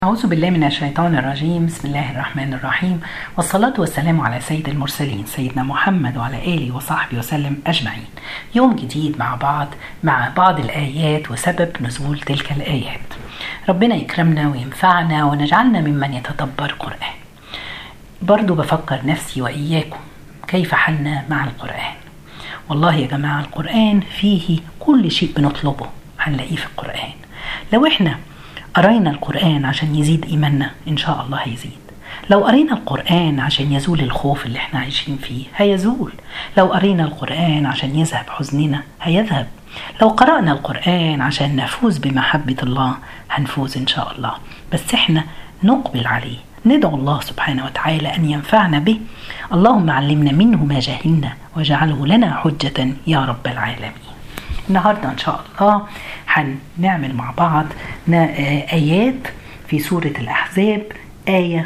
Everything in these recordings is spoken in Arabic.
أعوذ بالله من الشيطان الرجيم. بسم الله الرحمن الرحيم، والصلاة والسلام على سيد المرسلين سيدنا محمد وعلى آله وصحبه وسلم أجمعين. يوم جديد مع بعض الآيات وسبب نزول تلك الآيات. ربنا يكرمنا وينفعنا ونجعلنا ممن يتدبر قرآن. برضو بفكر نفسي وإياكم كيف حالنا مع القرآن. والله يا جماعة القرآن فيه كل شيء بنطلبه هنلاقيه في القرآن. لو احنا قرينا القرآن عشان يزيد إيماننا إن شاء الله هيزيد. لو قرينا القرآن عشان يزول الخوف اللي احنا عايشين فيه هيزول. لو قرينا القرآن عشان يذهب حزننا هيذهب. لو قرأنا القرآن عشان نفوز بمحبة الله هنفوز إن شاء الله. بس احنا نقبل عليه، ندعو الله سبحانه وتعالى أن ينفعنا به. اللهم علمنا منه ما جهلنا وجعله لنا حجة يا رب العالمين. النهاردة إن شاء الله هنعمل مع بعض آيات في سورة الأحزاب، آية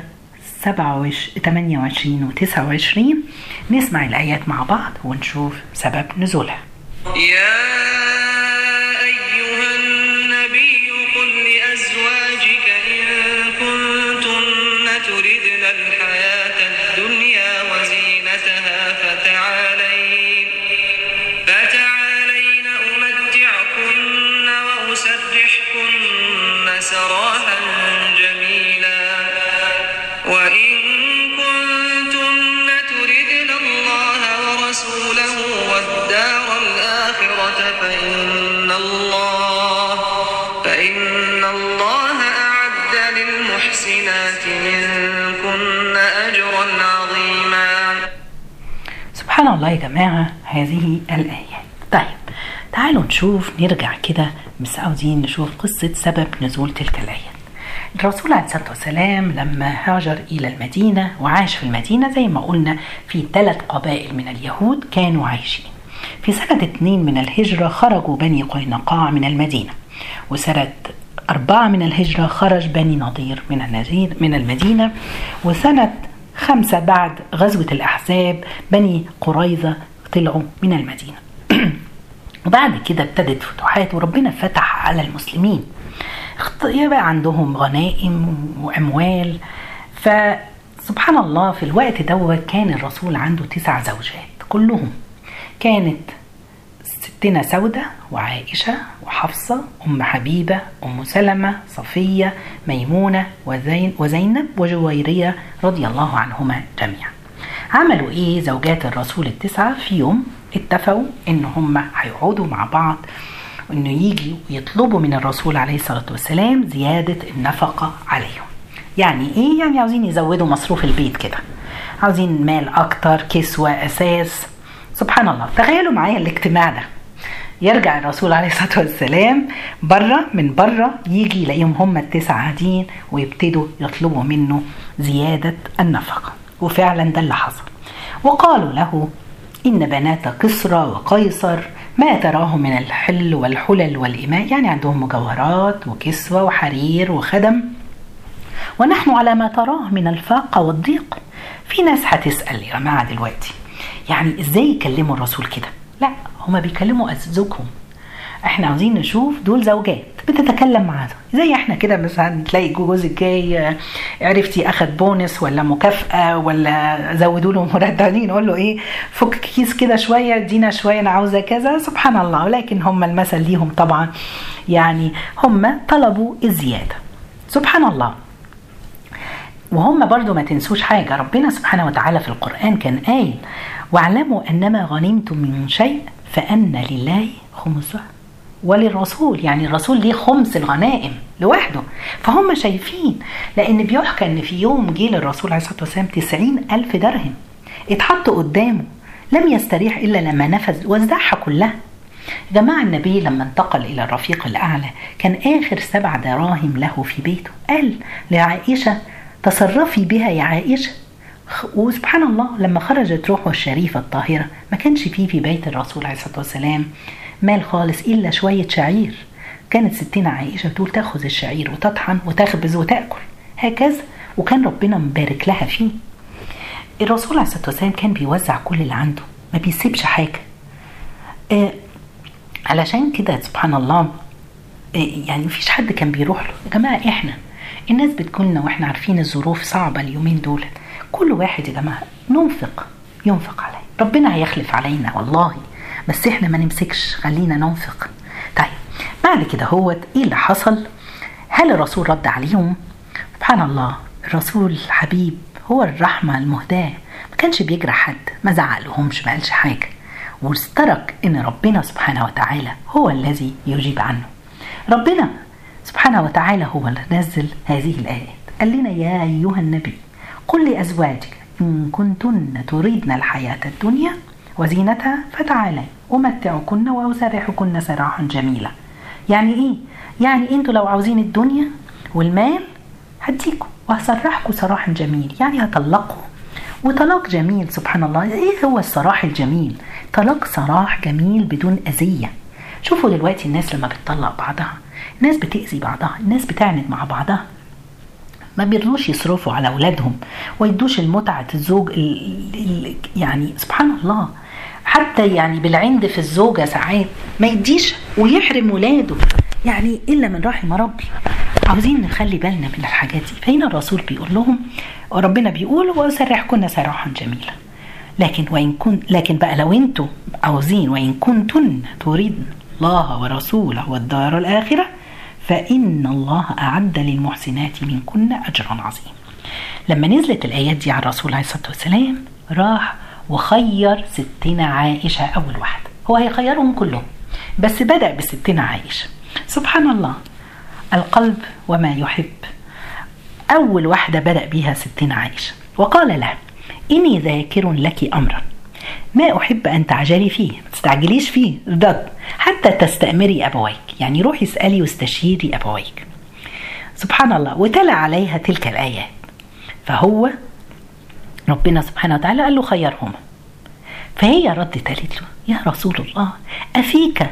28 و 29. نسمع الآيات مع بعض ونشوف سبب نزولها. يا أيها النبي قل لأزواجك إن كنتن تردن الحياة الدنيا وزينتها فتعالين أمتعكن وأسرحكن سراحا جميلا وإن كنتن تردن الله ورسوله والدار الآخرة فإن الله أعد للمحسنات منكن أجرا عظيما. سبحان الله يا جماعة هذه الآيات. طيب تعالوا نرجع كده، بس عاوزين نشوف قصة سبب نزول تلك الآيات. الرسول عليه الصلاة والسلام لما هاجر إلى المدينة وعاش في المدينة زي ما قلنا في 3 قبائل من اليهود كانوا عايشين. في سنة 2 من الهجرة خرجوا بني قينقاع من المدينة، وسنة 4 من الهجرة خرج بني نضير من المدينة، وسنة 5 بعد غزوة الأحزاب بني قريظة طلعوا من المدينة. وبعد كده ابتدت فتوحات وربنا فتح على المسلمين، يبقى عندهم غنائم وأموال. فسبحان الله في الوقت ده كان الرسول عنده 9 زوجات، كلهم كانت ستنا سودة وعائشة وحفصة أم حبيبة أم سلمة صفية ميمونة وزينب وجويرية رضي الله عنهما جميعا. عملوا ايه زوجات الرسول ال9؟ في يوم اتفقوا ان هم هيقعدوا مع بعض وانه يجي يطلبوا من الرسول عليه الصلاة والسلام زيادة النفقة عليهم. يعني ايه؟ يعني عاوزين يزودوا مصروف البيت كده، عاوزين مال اكتر، كسوة، اساس. سبحان الله، تخيلوا معايا الاجتماع ده. يرجع الرسول عليه الصلاة والسلام من بره يجي يلاقيهم هم ال9 قاعدين ويبتدوا يطلبوا منه زيادة النفقة. وفعلا ده اللي حصل. وقالوا له إن بنات كسرى وقيصر ما تراه من الحل والحلل والإماء، يعني عندهم مجوهرات وكسوة وحرير وخدم، ونحن على ما تراه من الفاقة والضيق. في ناس هتسأل يا جماعة دلوقتي يعني ازاي يكلموا الرسول كده؟ لا، هما بيكلموا أزواجهم. احنا عاوزين نشوف دول زوجات بتتكلم معاهم زي احنا كده. مثلا تلاقي جوزك جاي عرفتي اخد بونس ولا مكافأة ولا زودوا له مرتبين، نقول له ايه؟ فك كيس كده شوية، ادينا شوية، انا عاوزة كذا. سبحان الله. ولكن هم المثل ليهم طبعا، يعني هم طلبوا الزيادة. سبحان الله. وهم برضو ما تنسوش حاجة، ربنا سبحانه وتعالى في القرآن كان قايل واعلموا أنما غنمتم من شيء فأن لله خمسه وللرسول، يعني الرسول ليه 5 الغنائم لوحده. فهم شايفين، لأن بيحكى أن في يوم جه للرسول عليه الصلاة والسلام 90,000 درهم اتحطوا قدامه، لم يستريح إلا لما نفذ وزعها كلها. جماعة النبي لما انتقل إلى الرفيق الأعلى كان آخر 7 دراهم له في بيته، قال لعائشة تصرفي بها يا عائشة. وسبحان الله لما خرجت روحه الشريفة الطاهرة ما كانش في بيت الرسول عليه الصلاة والسلام مال خالص إلا شوية شعير. كانت ستنا عائشة تقول تأخذ الشعير وتطحن وتخبز وتأكل هكذا، وكان ربنا مبارك لها فيه. الرسول عليه الصلاة والسلام كان بيوزع كل اللي عنده، ما بيسيبش حاجة. علشان كده سبحان الله يعني مفيش حد كان بيروح له. يا جماعة الناس بتكوننا واحنا عارفين الظروف صعبة اليومين دول، كل واحد يا جماعة ينفق عليه، ربنا هيخلف علينا والله، بس احنا ما نمسكش، خلينا ننفق. طيب بعد كده هو ايه اللي حصل؟ هل الرسول رد عليهم؟ سبحان الله، الرسول الحبيب هو الرحمة المهداة، ما كانش بيجرح حد، ما زعلهمش، ما قالش حاجة، واسترك ان ربنا سبحانه وتعالى هو الذي يجيب عنه. ربنا سبحانه وتعالى هو اللي نزل هذه الآيات، قال لنا يا أيها النبي قل لأزواجك إن كنتن تريدن الحياة الدنيا وزينتها فتعالى أمتعكن وأسرحكن سراحا جميلا. يعني إيه؟ يعني أنتوا لو عاوزين الدنيا والمال هديكوا وهسرحكوا سراحا جميل، يعني هطلقوا، وطلاق جميل. سبحان الله، إيه هو السراح الجميل؟ طلاق سراح جميل بدون أذية. شوفوا دلوقتي الناس لما بتطلق بعضها، الناس بتأذي بعضها، الناس بتعند مع بعضها، ما بيرضوش يصرفوا على أولادهم ويدوش المتعة الزوج يعني سبحان الله، حتى يعني بالعند في الزوجة ساعات ما يديش ويحرم ولاده، يعني إلا من رحم ربي. عاوزين نخلي بالنا من الحاجات دي. فهنا الرسول بيقول لهم، وربنا بيقول وأسرحكن سراحا جميلا، لكن بقى لو انتوا عاوزين وإن كنتن تريدن الله ورسوله والدار الآخرة فإن الله أعد للمحسنات منكن أجرا عظيما. لما نزلت الآيات دي على الرسول عليه الصلاة والسلام راح وخير ستنا عائشة أول واحدة، هو هيخيرهم كلهم بس بدأ بستنا عائشة. سبحان الله، القلب وما يحب، أول واحدة بدأ بها ستنا عائشة، وقال لها إني ذاكر لك أمرا ما أحب أن تعجلي فيه، ما تستعجليش فيه ضد حتى تستأمري أبويك، يعني روحي اسألي واستشيري أبويك. سبحان الله، وتلا عليها تلك الآيات، فهو ربنا سبحانه وتعالى قال له خيرهما، فهي ردت قالت له يا رسول الله أفيك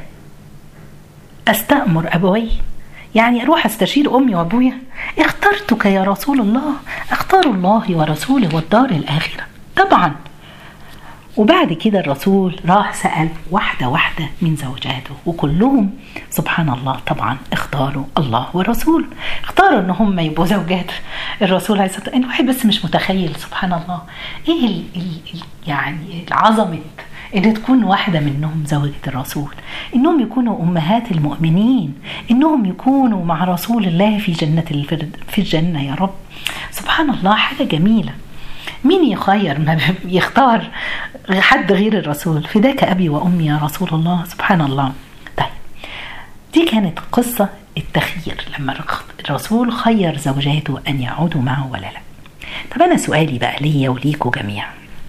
أستأمر أبوي، يعني أروح أستشير أمي وأبويا؟ اخترتك يا رسول الله، اختار الله ورسوله والدار الآخرة طبعا. وبعد كده الرسول راح سأل واحدة واحدة من زوجاته، وكلهم سبحان الله طبعا اختاروا الله ورسوله، اختاروا ان هم يبقوا زوجات الرسول عليه الصلاة والسلام. الواحد بس مش متخيل سبحان الله ايه يعني العظمة ان تكون واحدة منهم زوجة الرسول، انهم يكونوا امهات المؤمنين، انهم يكونوا مع رسول الله في الجنة يا رب. سبحان الله، حاجة جميلة. مين يخير؟ ما يختار حد غير الرسول، فداك أبي وأمي يا رسول الله. سبحان الله. طيب دي كانت قصة التخيير لما الرسول خير زوجاته أن يعودوا معه ولا لا. طب أنا سؤالي بقى ليا وليكوا جميعا،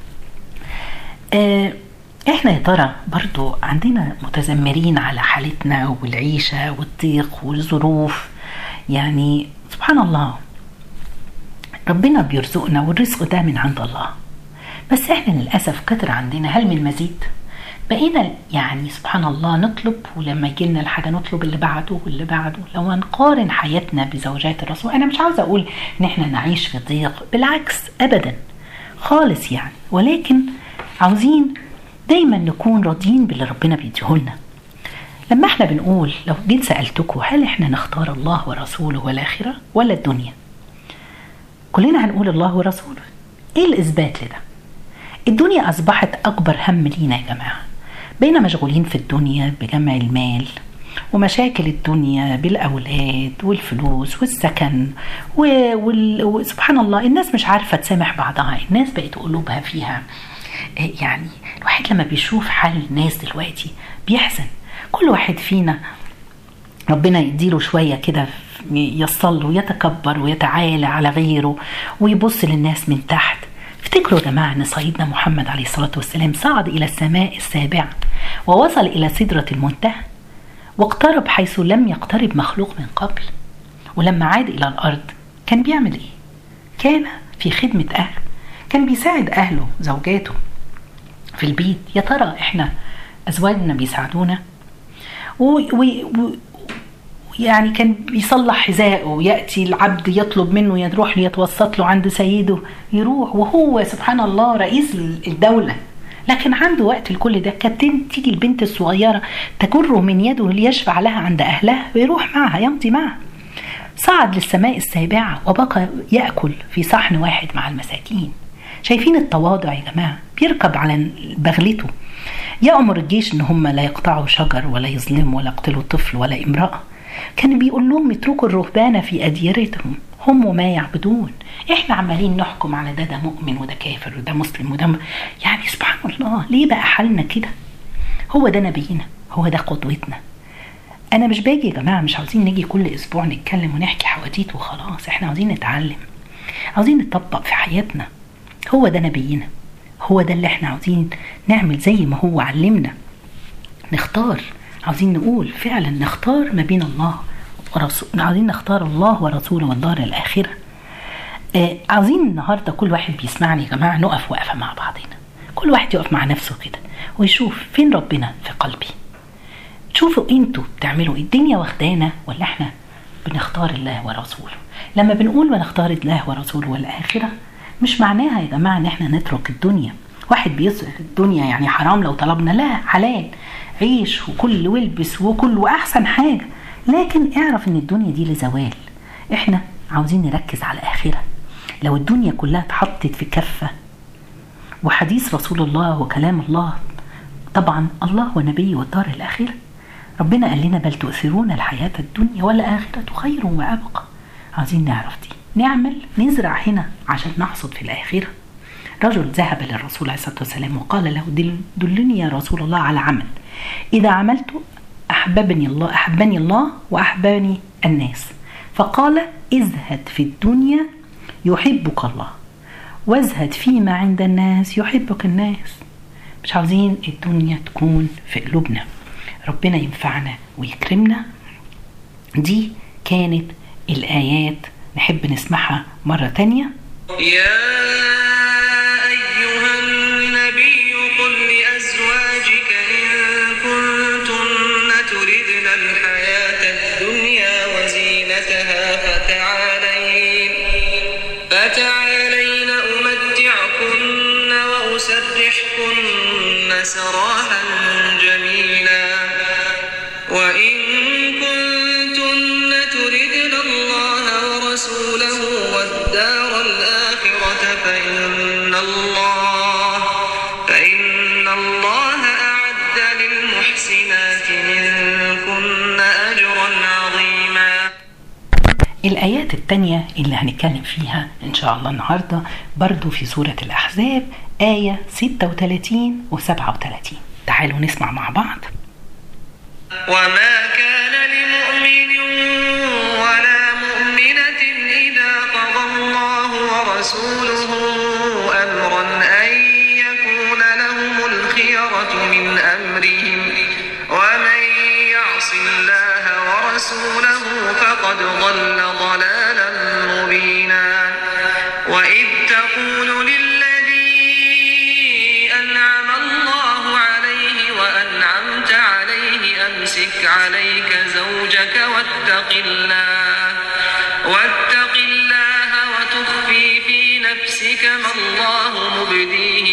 احنا يا ترى برضو عندنا متذمرين على حالتنا والعيشة والضيق والظروف؟ يعني سبحان الله ربنا بيرزقنا والرزق ده من عند الله، بس احنا للأسف كتر عندنا هل من مزيد؟ بقينا يعني سبحان الله نطلب، ولما يجيلنا الحاجة نطلب اللي بعده واللي بعده. لو نقارن حياتنا بزوجات الرسول، انا مش عاوزة اقول ان احنا نعيش في ضيق، بالعكس ابدا خالص يعني، ولكن عاوزين دايما نكون راضيين باللي ربنا بيديهولنا. لما احنا بنقول لو جيت سألتكم هل احنا نختار الله ورسوله والآخرة ولا الدنيا؟ كلنا هنقول الله ورسوله. ايه الإثبات لده؟ الدنيا أصبحت أكبر هم لينا يا جماعة، بقينا مشغولين في الدنيا بجمع المال ومشاكل الدنيا بالأولاد والفلوس والسكن وسبحان الله الناس مش عارفة تسامح بعضها، الناس بقت قلوبها فيها يعني الواحد لما بيشوف حال الناس دلوقتي بيحزن. كل واحد فينا ربنا يديله شوية كده يصل ويتكبر ويتعالى على غيره ويبص للناس من تحت. افتكروا يا جماعة ان سيدنا محمد عليه الصلاة والسلام صعد الى السماء السابعة ووصل الى سدرة المنتهى واقترب حيث لم يقترب مخلوق من قبل، ولما عاد الى الارض كان بيعمل ايه؟ كان في خدمة اهله، كان بيساعد اهله زوجاته في البيت. يا ترى احنا ازواجنا بيساعدونا؟ يعني كان بيصلح حذائه ويأتي العبد يطلب منه يروح ليتوسط له عند سيده، يروح وهو سبحان الله رئيس الدولة، لكن عنده وقت لكل ده. كانت تيجي البنت الصغيرة تجره من يده ليشفع لها عند أهلها ويروح معها يمضي معها. صعد للسماء السابعة وبقى يأكل في صحن واحد مع المساكين. شايفين التواضع يا جماعة؟ بيركب على بغلته، يأمر الجيش ان هم لا يقطعوا شجر ولا يظلموا ولا يقتلوا طفل ولا امرأة. كان بيقول لهم اتركوا الرهبان في أديرتهم هم وما يعبدون. احنا عمالين نحكم على ده مؤمن وده كافر وده مسلم وده يعني سبحان الله، ليه بقى حالنا كده؟ هو ده نبينا، هو ده قدوتنا. انا مش باجي يا جماعة، مش عاوزين نيجي كل اسبوع نتكلم ونحكي حواديت وخلاص، احنا عاوزين نتعلم، عاوزين نطبق في حياتنا. هو ده نبينا، هو ده اللي احنا عاوزين نعمل زي ما هو علمنا. نختار، عاوزين نقول فعلا نختار ما بين الله ورسول، عاوزين نختار الله ورسوله والدار الآخرة. عاوزين النهاردة كل واحد بيسمعني يا جماعة نقف وقفة مع بعضنا، كل واحد يقف مع نفسه كده ويشوف فين ربنا في قلبي. شوفوا انتوا بتعملوا الدنيا واخدانا ولا احنا بنختار الله ورسوله؟ لما بنقول ونختار الله ورسوله والآخرة مش معناها يا جماعة ان احنا نترك الدنيا. واحد بيصرف الدنيا يعني حرام لو طلبنا، لا، حلال، عيش وكل والبس وكل واحسن حاجة، لكن اعرف ان الدنيا دي لزوال. احنا عاوزين نركز على الآخرة. لو الدنيا كلها اتحطت في كفة وحديث رسول الله وكلام الله، طبعا الله ونبيه والدار الآخرة، ربنا قال لنا بل تؤثرون الحياة الدنيا والآخرة خير وأبقى. عاوزين نعرف دي، نعمل، نزرع هنا عشان نحصد في الآخرة. رجل ذهب للرسول عليه الصلاة والسلام وقال له دلني يا رسول الله على عمل إذا عملت أحبني الله وأحبني الناس. فقال ازهد في الدنيا يحبك الله وازهد فيما عند الناس يحبك الناس. مش عاوزين الدنيا تكون في قلوبنا، ربنا ينفعنا ويكرمنا. دي كانت الآيات، نحب نسمعها مرة تانية. يا أيها النبي قل لأزواجك إن كنتن تردن الحياة الدنيا وزينتها فتعالين أمتعكن وأسرحكن سراحا جميلا وإن كنتن تردن الله ورسوله والدار الآخرة فإن الله أعد للمحسنات منكن أجرا عظيما. الآيات التانية اللي هنتكلم فيها إن شاء الله النهاردة برضو في سورة الأحزاب، آية 36 و 37. تعالوا نسمع مع بعض. وما كان لمؤمن ولا مؤمنة إذا قضى الله ورسوله أمرا أن يكون لهم الخيرة من أمرهم ومن يعص الله ورسوله فقد ضل ضلالا مبينا. وإذ تقول للذي أنعم الله عليه وأنعمت عليه أمسك عليك زوجك واتق الله وتخفي في نفسك ما الله مبديه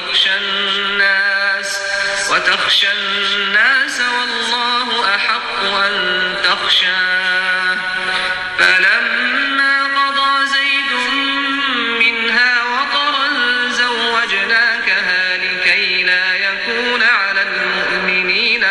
وتخشى الناس والله أحق أن تخشاه. فلما قضى زيد منها وطرا زوجناكها لكي لا يكون على المؤمنين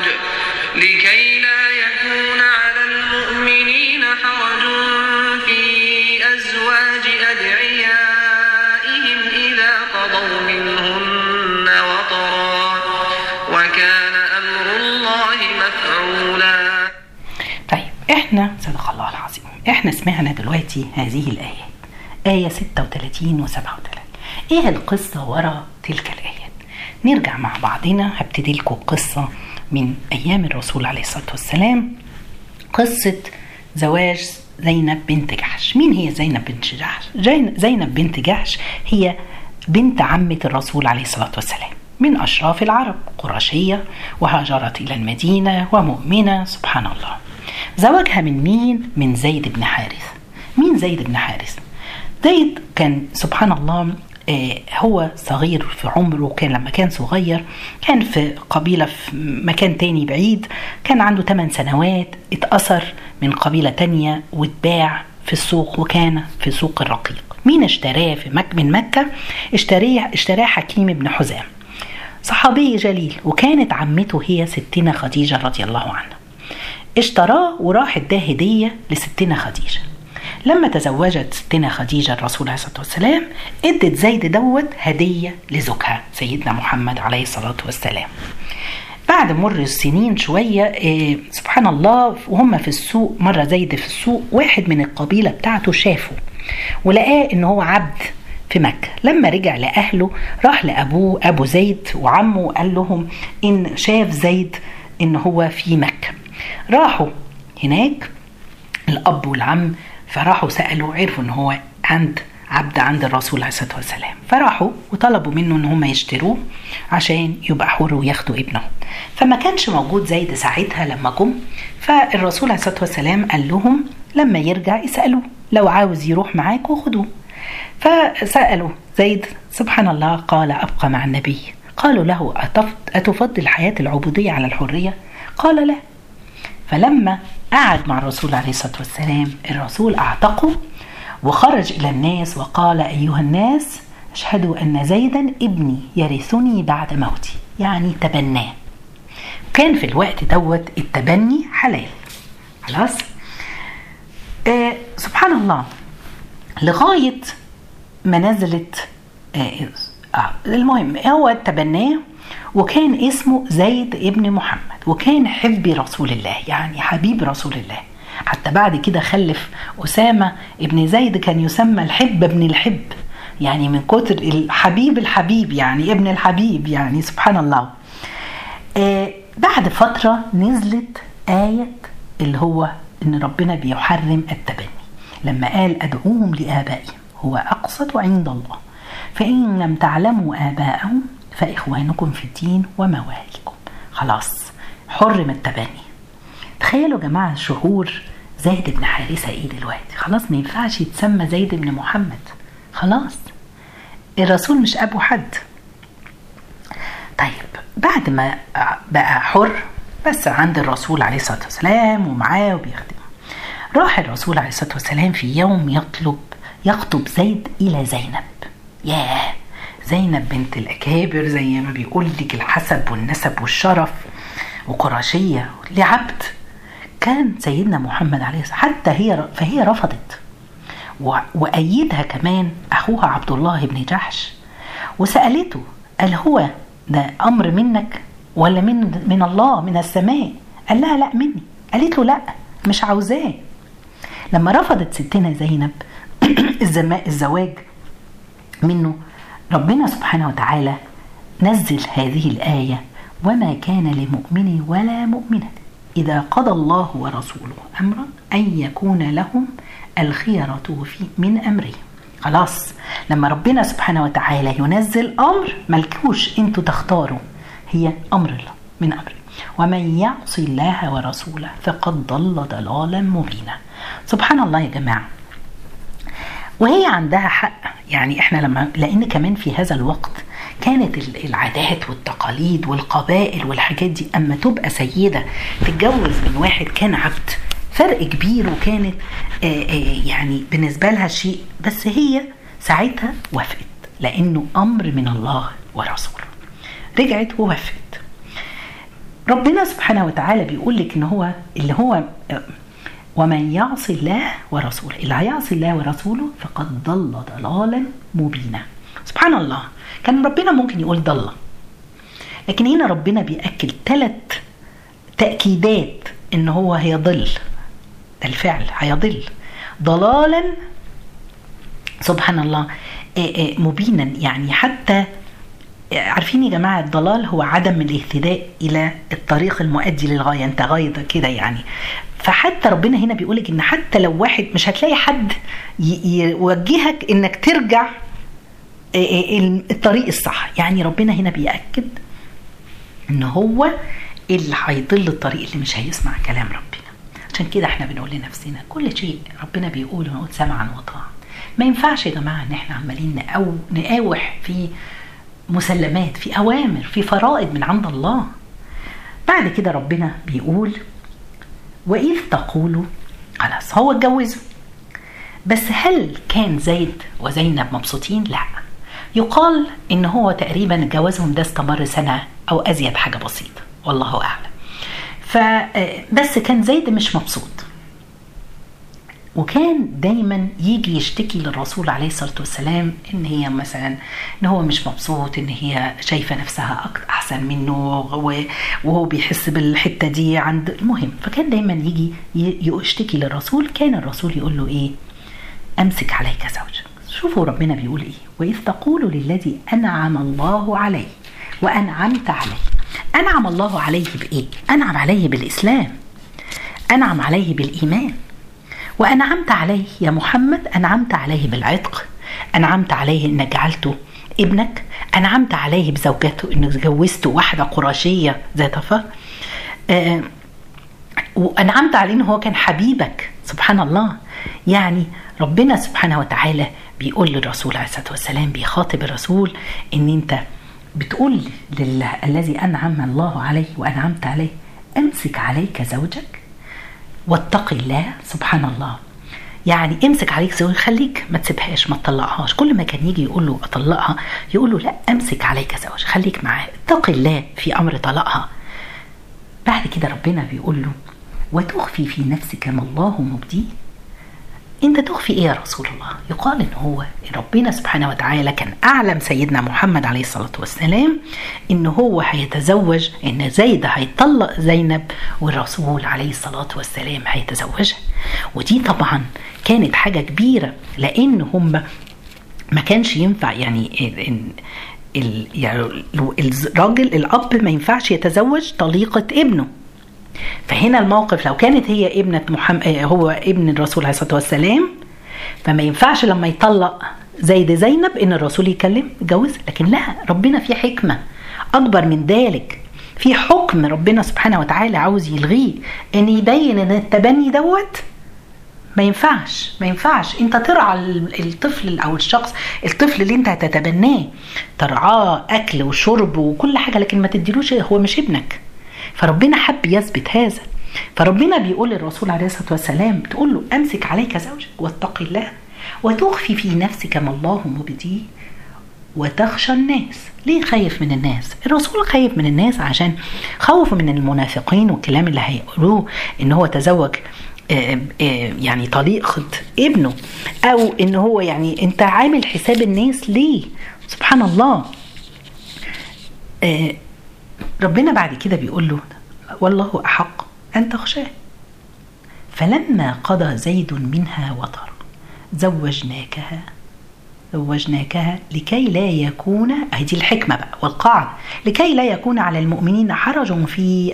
حرج في أزواج أدعيائهم إذا قضوا منهن وطرا وكان أمر الله مفعولا. طيب احنا صدق الله العظيم، احنا سمعنا دلوقتي هذه الآيات، آية 36 و 37. ايه القصة وراء تلك الآيات؟ نرجع مع بعضنا. هبتدي لكم قصة من أيام الرسول عليه الصلاة والسلام، قصة زواج زينب بنت جحش. مين هي زينب بنت جحش؟ زينب بنت جحش هي بنت عمة الرسول عليه الصلاة والسلام، من أشراف العرب، قرشية، وهاجرت إلى المدينة ومؤمنة. سبحان الله. زواجها من مين؟ من زيد بن حارث. مين زيد بن حارث؟ زيد كان سبحان الله هو صغير في عمره، كان لما كان صغير كان في قبيلة في مكان تاني بعيد، كان عنده 8 سنوات، اتأثر من قبيلة تانية واتباع في السوق، وكان في سوق الرقيق. مين اشتراه من مكة؟ اشتراه حكيم بن حزام، صحابي جليل، وكانت عمته هي ستنا خديجة رضي الله عنها. اشتراه وراح اداه هدية لستنا خديجة. لما تزوجت ستنا خديجة الرسول عليه الصلاة والسلام ادت زيد هدية لزوجها سيدنا محمد عليه الصلاة والسلام. بعد مر السنين شوية سبحان الله، وهم في السوق، مرة زيد في السوق، واحد من القبيلة بتاعته شافه ولقاه ان هو عبد في مكة. لما رجع لأهله راح لأبوه أبو زيد وعمه وقال لهم إن شاف زيد إن هو في مكة. راحوا هناك الأب والعم، فراحوا سألوا، عرفوا إن هو عبد عند الرسول عليه الصلاة والسلام، فراحوا وطلبوا منه إن هم يشتروه عشان يبقى حر وياخدوا ابنه. فما كانش موجود زيد ساعتها لما جم، فالرسول عليه الصلاة والسلام قال لهم لما يرجع اسألوه، لو عاوز يروح معاك وخدوه. فسألوا زيد، سبحان الله، قال أبقى مع النبي. قالوا له أتفضل حياة العبودية على الحرية؟ قال لا. فلما قعد مع الرسول عليه الصلاة والسلام الرسول أعتقه وخرج إلى الناس وقال أيها الناس أشهدوا أن زيدا ابني يرثني بعد موتي، يعني تبناه. كان في الوقت دوت التبني حلال خلاص. سبحان الله، لغاية ما نزلت المهم هو تبناه، وكان اسمه زيد ابن محمد، وكان حبي رسول الله، يعني حبيب رسول الله. حتى بعد كده خلف أسامة ابن زيد، كان يسمى الحب ابن الحب، يعني من كتر الحبيب يعني ابن الحبيب، يعني سبحان الله. بعد فترة نزلت آية اللي هو إن ربنا بيحرم التبني، لما قال أدعوهم لآبائهم هو أقسط عند الله فإن لم تعلموا آباءهم فإخوانكم في الدين ومواليكم. خلاص حرم التبني. تخيلوا جماعة شعور زيد بن حارثة ايه دلوقتي؟ خلاص ما ينفعش يتسمى زيد بن محمد، خلاص الرسول مش أبو حد. طيب بعد ما بقى حر بس عند الرسول عليه الصلاة والسلام ومعاه وبيخدمه، راح الرسول عليه الصلاة والسلام في يوم يخطب زيد إلى زينب. ياه، زينب بنت الأكابر زي ما بيقول لك، الحسب والنسب والشرف، وقرشية لعبد. كان سيدنا محمد عليه الصلاة والسلام فهي رفضت، وأيدها كمان أخوها عبد الله بن جحش، وسألته قال هو ده أمر منك ولا من الله من السماء؟ قال لها لا مني. قالت له لا مش عاوزاه. لما رفضت ستنا زينب الزواج منه، ربنا سبحانه وتعالى نزل هذه الآية وما كان لمؤمن ولا مؤمنة إذا قضى الله ورسوله أمرا أن يكون لهم الخيرة من أمره. خلاص لما ربنا سبحانه وتعالى ينزل أمر ملكوش انتوا تختاروا، هي أمر الله من أمره. ومن يعصي الله ورسوله فقد ضل ضلالا مبينا. سبحان الله يا جماعة، وهي عندها حق. يعني احنا لأن كمان في هذا الوقت كانت العادات والتقاليد والقبائل والحاجات دي اما تبقى سيدة تتجوز من واحد كان عبد، فرق كبير، وكانت يعني بالنسبة لها شيء، بس هي ساعتها وافقت لأنه أمر من الله ورسوله. رجعت ووافقت. ربنا سبحانه وتعالى بيقول لك إن هو اللي هو ومن يعصي الله ورسوله، اللي هيعصي الله ورسوله فقد ضل ضلالا مبينا. سبحان الله، كان ربنا ممكن يقول ضل، لكن هنا ربنا بيأكد 3 تأكيدات إن هو هيضل، ده الفعل هيضل ضلالا سبحان الله مبينا. يعني حتى عارفين يا جماعة الضلال هو عدم الاهتداء إلى الطريق المؤدي للغاية، انت غاية كده يعني. فحتى ربنا هنا بيقولك إن حتى لو واحد مش هتلاقي حد يوجهك إنك ترجع الطريق الصح. يعني ربنا هنا بيأكد إن هو اللي هيضل الطريق اللي مش هيسمع كلام ربنا. عشان كده احنا بنقول لنفسنا كل شيء ربنا بيقوله نقول سمعا وطاعا. ما ينفعش يا جماعة ان احنا عمالين نقاوح في مسلمات، في اوامر، في فرائض من عند الله. بعد كده ربنا بيقول وإذ تقولوا، خلاص هو اتجوزوا، بس هل كان زيد وزينب مبسوطين؟ لا، يقال ان هو تقريبا جوازهم ده استمر سنة او ازيد، حاجة بسيطة والله اعلم. فبس كان زيد مش مبسوط، وكان دايما يجي يشتكي للرسول عليه الصلاة والسلام ان هي مثلا ان هو مش مبسوط، ان هي شايفة نفسها احسن منه، وهو بيحس بالحتة دي عند المهم. فكان دايما يجي يشتكي للرسول، كان الرسول يقول له ايه؟ امسك عليك زوجك. شوفوا ربنا بيقول ايه؟ وإذ تقول للذي أنعم الله عليه وأنعمت عليه. أنعم الله عليه بإيه؟ أنعم عليه بالإسلام، أنعم عليه بالإيمان. وأنعمت عليه يا محمد، أنعمت عليه بالعتق، أنعمت عليه إنك جعلته ابنك، أنعمت عليه بزوجته إنك جوزته واحدة قرشية ذات فخر، وأنعمت عليه إنه هو كان حبيبك. سبحان الله. يعني ربنا سبحانه وتعالى بيقول للرسول عليه الصلاة والسلام، بيخاطب الرسول ان انت بتقول الذي انعم الله عليه وانعمت عليه امسك عليك زوجك واتق الله. سبحان الله. يعني امسك عليك زوجك، خليك ما تسيبهاش، ما تطلقهاش. كل ما كان يجي يقول له اطلقها يقول له لا، امسك عليك زوجك، خليك معاه، اتق الله في امر طلاقها. بعد كده ربنا بيقول له وتخفي في نفسك ما الله مبديه. انت تخفي ايه يا رسول الله؟ يقال ان هو ربنا سبحانه وتعالى كان اعلم سيدنا محمد عليه الصلاة والسلام ان هو هيتزوج، ان زيد هيطلق زينب، والرسول عليه الصلاة والسلام هيتزوجها. ودي طبعا كانت حاجة كبيرة، لان هم ما كانش ينفع يعني الراجل الاب ما ينفعش يتزوج طليقة ابنه. فهنا الموقف لو كانت هي ابنة محمد، هو ابن الرسول عليه الصلاة والسلام، فما ينفعش لما يطلق زيد زينب ان الرسول يكلم جوز. لكن لا، ربنا في حكمة اكبر من ذلك، في حكم ربنا سبحانه وتعالى عاوز يلغيه، ان يبين ان التبني دوت ما ينفعش. ما ينفعش انت ترعى الطفل او الشخص، الطفل اللي انت هتتبناه ترعاه اكل وشرب وكل حاجة، لكن ما تديلوش، هو مش ابنك. فربنا حب يثبت هذا. فربنا بيقول للرسول عليه الصلاة والسلام تقول له امسك عليك زوجك واتق الله وتخفي في نفسك ما الله مبديه وتخشى الناس. ليه خايف من الناس؟ الرسول خايف من الناس عشان خوف من المنافقين والكلام اللي هيقولوه ان هو تزوج يعني طليقة ابنه، او ان هو يعني انت عامل حساب الناس ليه؟ سبحان الله. ربنا بعد كده بيقول له والله أحق أن تخشاه. فلما قضى زيد منها وطرا زوجناكها لكي لا يكون، هذه الحكمة بقى والقاعدة، لكي لا يكون على المؤمنين حرج في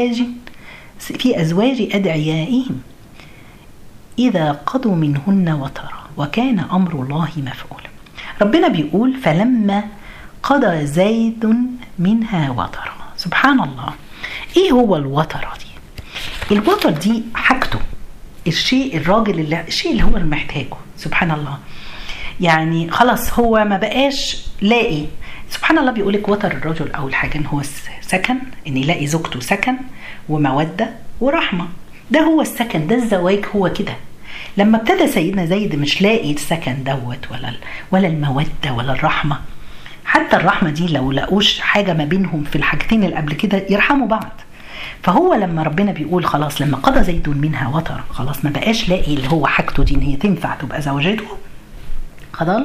أزواج أدعيائهم إذا قضوا منهن وطرا وكان أمر الله مفعولا. ربنا بيقول فلما قضى زيد منها وطرا. سبحان الله. ايه هو الوطرة دي؟ الوطر دي حاجته، الشيء اللي هو محتاجه. سبحان الله. يعني خلاص هو ما بقاش لاقي. سبحان الله. بيقولك وطر الرجل اول حاجة ان هو سكن، ان يلاقي زوجته سكن ومودة ورحمة. ده هو السكن، ده الزواج هو كده. لما ابتدى سيدنا زيد مش لاقي السكن دوت ولا المودة ولا الرحمة، حتى الرحمة دي لو لقوش حاجة ما بينهم في الحاجتين اللي قبل كده يرحموا بعض. فهو لما ربنا بيقول خلاص لما قضى زيد منها وطر، خلاص ما بقاش لاقي اللي هو حاجته دي ان هي تنفع تبقى زوجته، خلاص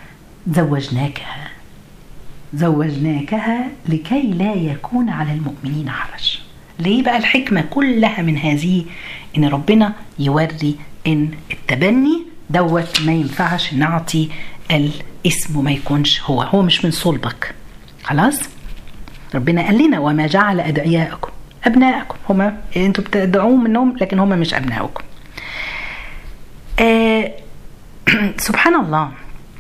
زوجناكها لكي لا يكون على المؤمنين حرج. ليه بقى الحكمة كلها من هذه؟ ان ربنا يوري ان التبني دوت ما ينفعش نعطي الاسم ما يكونش هو مش من صلبك. خلاص ربنا قال لنا وما جعل أدعياءكم أبناءكم، هما انتوا بتدعوهم منهم لكن هما مش أبناءكم. سبحان الله.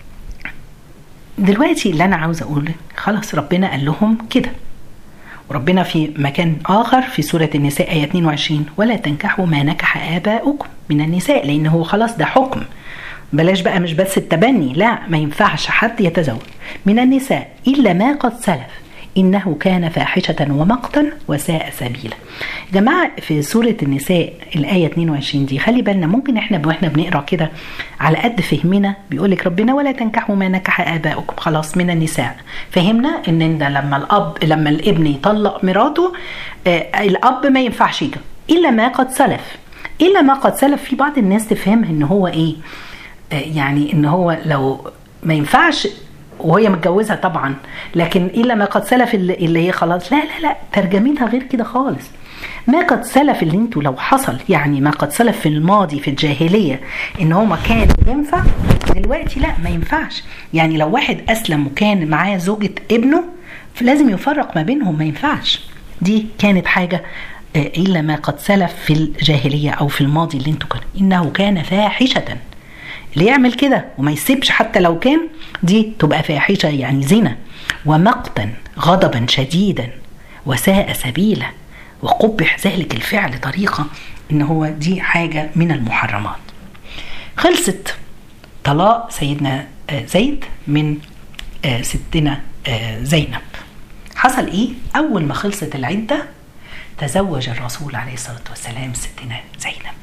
دلوقتي اللي أنا عاوز أقوله خلاص ربنا قال لهم كده، وربنا في مكان آخر في سورة النساء آية 22 ولا تنكحوا ما نكح آباؤكم من النساء، لأنه خلاص ده حكم بلاش بقى مش بس التبني، لا ما ينفعش حد يتزوج من النساء إلا ما قد سلف إنه كان فاحشة ومقتا وساء سبيلا. يا جماعة في سورة النساء الآية 22 دي خلي بالنا، ممكن احنا واحنا بنقرأ كده على قد فهمنا بيقولك ربنا ولا تنكحوا ما نكح آباؤكم، خلاص من النساء فهمنا ان لما الابن يطلق مراته الأب ما ينفعش يجي إلا ما قد سلف. إلا ما قد سلف في بعض الناس تفهمها ان هو ايه، يعني ان هو لو ما ينفعش وهي متجوزها طبعا، لكن إلا ما قد سلف اللي هي خلاص، لا لا لا ترجمتها غير كده خالص. ما قد سلف اللي انتوا لو حصل يعني ما قد سلف في الماضي في الجاهلية ان هو ما كان ينفع، دلوقتي لا ما ينفعش. يعني لو واحد أسلم وكان معاه زوجة ابنه فلازم يفرق ما بينهم، ما ينفعش. دي كانت حاجة إلا ما قد سلف في الجاهلية أو في الماضي اللي انتوا كان إنه كان فاحشة. اللي يعمل كده وما يسيبش حتى لو كان، دي تبقى فاحشة يعني زنا، ومقتا غضبا شديدا وساء سبيلا، وقبح ذلك الفعل طريقة ان هو دي حاجة من المحرمات. خلصت طلاق سيدنا زيد من ستنا زينب. حصل ايه؟ اول ما خلصت العدة تزوج الرسول عليه الصلاة والسلام ستنا زينب.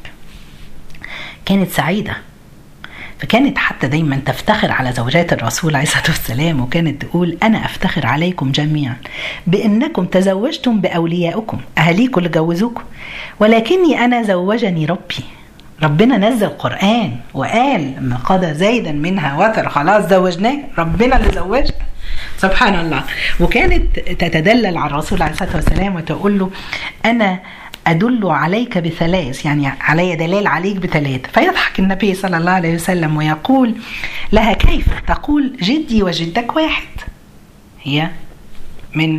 كانت سعيدة، فكانت حتى دايما تفتخر على زوجات الرسول عليه الصلاة والسلام، وكانت تقول أنا أفتخر عليكم جميعا بأنكم تزوجتم بأوليائكم، أهليكم اللي جوزوكم، ولكني أنا زوجني ربي. ربنا نزل قرآن وقال ما قضى زيدا منها وتر، خلاص زوجناه، ربنا اللي زوجها سبحان الله. وكانت تتدلل على الرسول عليه الصلاة والسلام وتقول له أنا أدل عليك بثلاث، يعني علي دلال عليك بثلاث. فيضحك النبي صلى الله عليه وسلم ويقول لها كيف؟ تقول جدي وجدك واحد، هي من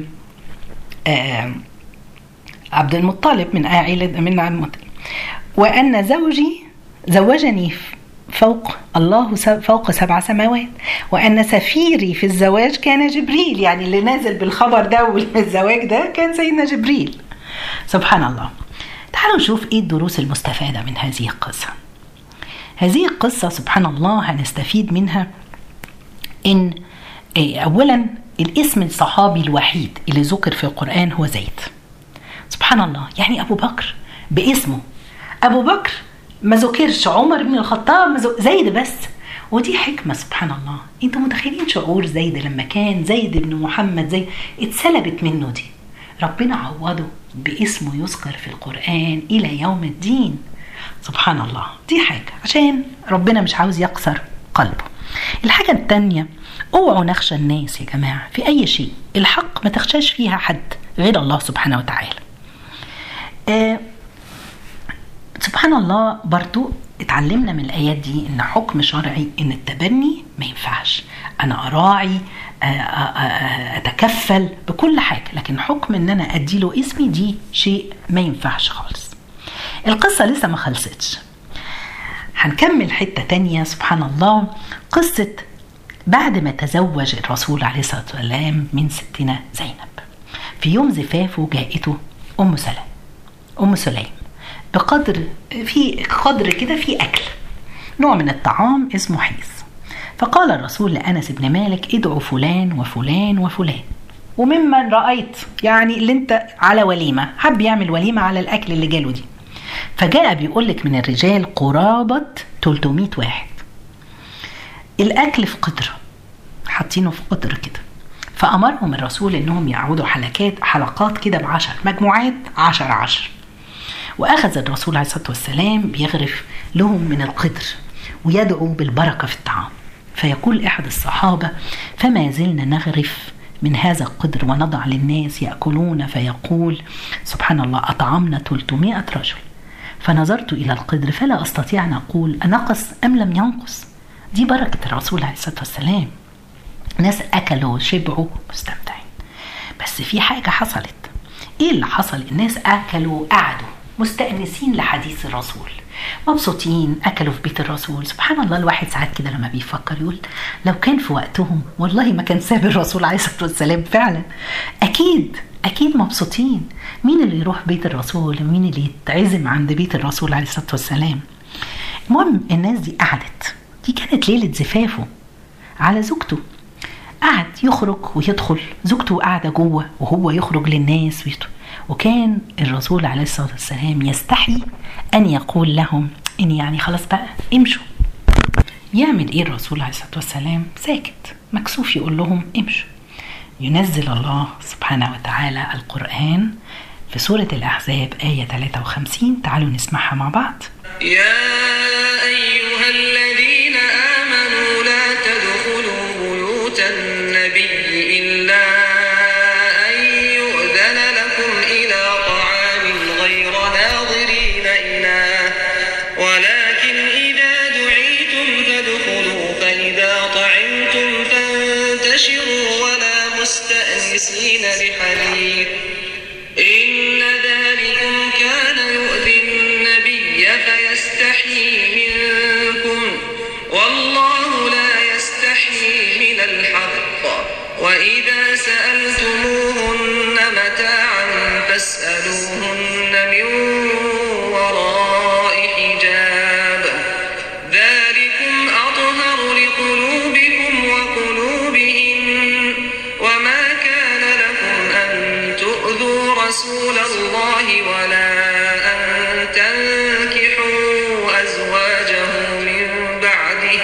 عبد المطلب، من عائلة من عبد المطلب، وأن زوجي زوجني فوق الله فوق 7 سماوات، وأن سفيري في الزواج كان جبريل، يعني اللي نازل بالخبر ده والزواج ده كان سيدنا جبريل. سبحان الله. تعالوا نشوف ايه الدروس المستفادة من هذه القصة. هذه القصة سبحان الله هنستفيد منها ان اولا الاسم الصحابي الوحيد اللي ذكر في القرآن هو زيد. سبحان الله، يعني ابو بكر باسمه، ابو بكر ما ذكرش، عمر بن الخطاب زيد بس. ودي حكمة سبحان الله. انتوا متخيلين شعور زيد لما كان زيد بن محمد زيد اتسلبت منه دي، ربنا عوضه باسمه يذكر في القرآن إلى يوم الدين. سبحان الله، دي حاجة عشان ربنا مش عاوز يكسر قلبه. الحاجة التانية، اوعوا نخشى الناس يا جماعة في أي شيء، الحق ما تخشاش فيها حد غير الله سبحانه وتعالى. سبحان الله. برضو اتعلمنا من الآيات دي إن حكم شرعي إن التبني ما ينفعش، أنا أراعي أتكفل بكل حاجة، لكن حكم إن أنا أديله اسمي دي شيء ما ينفعش خالص. القصة لسه ما خلصتش، هنكمل حتة تانية. سبحان الله. قصة بعد ما تزوج الرسول عليه الصلاة والسلام من ستنا زينب، في يوم زفافه جاءته أم سليم في قدر كده في أكل، نوع من الطعام اسمه حيث. فقال الرسول لأنس بن مالك ادعو فلان وفلان وفلان وممن رأيت، يعني اللي انت على وليمة، حب يعمل وليمة على الأكل اللي جاله دي. فجاء بيقولك من الرجال قرابة 300 واحد، الأكل في قدر، حاطينه في قدر كده. فأمرهم الرسول إنهم يعودوا حلقات كده ب10 مجموعات، 10. وأخذ الرسول عليه الصلاة والسلام بيغرف لهم من القدر ويدعو بالبركة في الطعام. فيقول أحد الصحابة فما زلنا نغرف من هذا القدر ونضع للناس يأكلون، فيقول سبحان الله أطعمنا 300 رجل. فنظرت إلى القدر فلا أستطيع أن أقول أنقص أم لم ينقص. دي بركة الرسول عليه الصلاة والسلام، ناس أكلوا شبعوا مستمتعين. بس في حاجة حصلت. إيه اللي حصل؟ الناس أكلوا قعدوا مستأنسين لحديث الرسول، مبسوطين، أكلوا في بيت الرسول. سبحان الله، الواحد ساعات كده لما بيفكر يقول لو كان في وقتهم والله ما كان ساب الرسول عليه الصلاة والسلام. فعلا أكيد مبسوطين. مين اللي يروح بيت الرسول؟ مين اللي يتعزم عند بيت الرسول عليه الصلاة والسلام؟ المهم الناس دي قعدت. دي كانت ليلة زفافه على زوجته، قعد يخرج ويدخل، زوجته قاعدة جوه وهو يخرج للناس ويدخل. وكان الرسول عليه الصلاة والسلام يستحي أن يقول لهم إن يعني خلاص بقى امشوا. يعمل إيه الرسول عليه الصلاة والسلام؟ ساكت مكسوف يقول لهم امشوا. ينزل الله سبحانه وتعالى القرآن في سورة الأحزاب آية 53. تعالوا نسمعها مع بعض. يا أيها الذين آمنوا لا تدخلوا بيوت النبي إلا أن يؤذن لكم إلى طعام غير ناظرين إناه ولكن إذا دعيتم فادخلوا فإذا طعمتم فانتشروا ولا مستأنسين لحديث إن ذلكم كان يؤذي النبي فيستحيي منكم والله لا يستحيي من الحق وإذا سألتموهن متاعا فاسألوهن من وراء حجاب ذلكم أطهر لقلوبكم وقلوبهن وما كان لكم أن تؤذوا رسول الله ولا أن تنكحوا أزواجه من بعده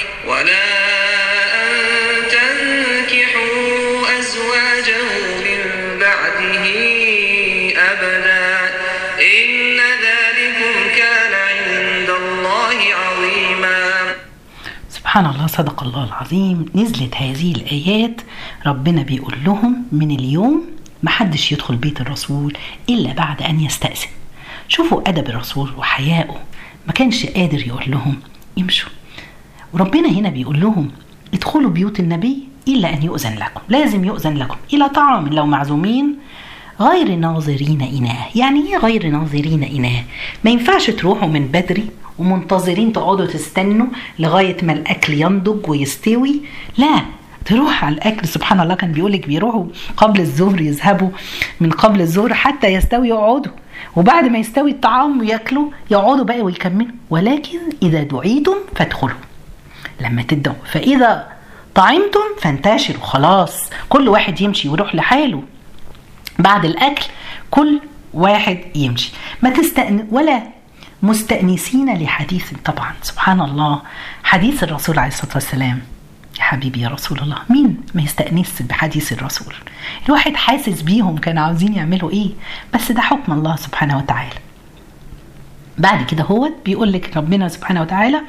أبدا إن ذلكم كان عند الله عظيما. سبحان الله، صدق الله العظيم. نزلت هذه الآيات ربنا بيقول لهم من اليوم محدش يدخل بيت الرسول إلا بعد أن يستأذن. شوفوا أدب الرسول وحياءه، ما كانش قادر يقول لهم امشوا. وربنا هنا بيقول لهم ادخلوا بيوت النبي إلا أن يؤذن لكم، لازم يؤذن لكم إلى طعام لو معزومين غير ناظرين إناه. يعني إيه غير ناظرين إناه؟ ما ينفعش تروحوا من بدري ومنتظرين تقعدوا تستنوا لغاية ما الأكل ينضج ويستوي، لا، تروح على الأكل. سبحان الله، كان بيقولك بيروحوا قبل الظهر، يذهبوا من قبل الظهر حتى يستوي يقعدوا، وبعد ما يستوي الطعام ويأكلوا يقعدوا بقى ويكملوا. ولكن إذا دعيتم فادخلوا، لما تدعوا، فإذا طعمتم فانتشروا، خلاص كل واحد يمشي ويروح لحاله. بعد الأكل كل واحد يمشي، ما ولا مستأنسين لحديث. طبعا سبحان الله، حديث الرسول عليه الصلاة والسلام، يا حبيبي يا رسول الله، مين ما يستأنس بحديث الرسول؟ الواحد حاسس بيهم كانوا عاوزين يعملوا ايه، بس ده حكم الله سبحانه وتعالى. بعد كده هو بيقول لك ربنا سبحانه وتعالى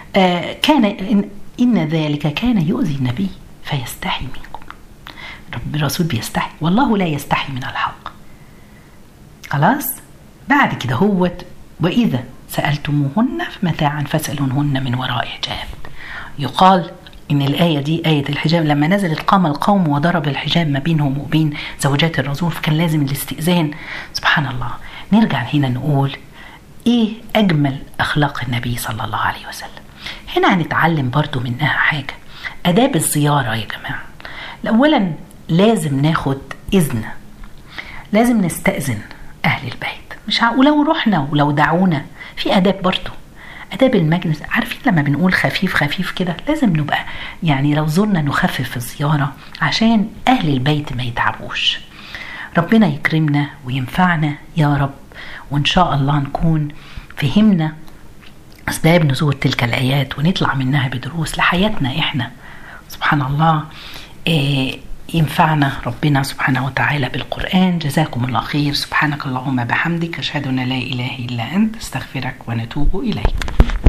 إن ذلك كان يؤذي النبي فيستحي منكم. رب الرسول بيستحي، والله لا يستحي من الحق. خلاص. بعد كده هو وإذا سألتموهن متاعا فاسألوهن من وراء حجاب. يقال إن الآية دي آية الحجاب لما نزلت قام القوم وضرب الحجاب ما بينهم وبين زوجات الرسول، فكان لازم الاستئذان. سبحان الله. نرجع هنا نقول إيه أجمل أخلاق النبي صلى الله عليه وسلم. هنا هنتعلم برضو منها حاجة، آداب الزيارة يا جماعة. أولا لازم ناخد إذن، لازم نستأذن أهل البيت، مش ولو رحنا ولو دعونا، في آداب برضو، آداب المجلس. عارفين لما بنقول خفيف خفيف كده، لازم نبقى يعني لو زرنا نخفف الزيارة عشان أهل البيت ما يتعبوش. ربنا يكرمنا وينفعنا يا رب، وإن شاء الله نكون فهمنا أسباب نزول تلك الآيات ونطلع منها بدروس لحياتنا إحنا. سبحان الله. ينفعنا ربنا سبحانه وتعالى بالقرآن. جزاكم الله خير. سبحانك اللهم بحمدك، أشهد أن لا إله إلا أنت، استغفرك ونتوب إليك.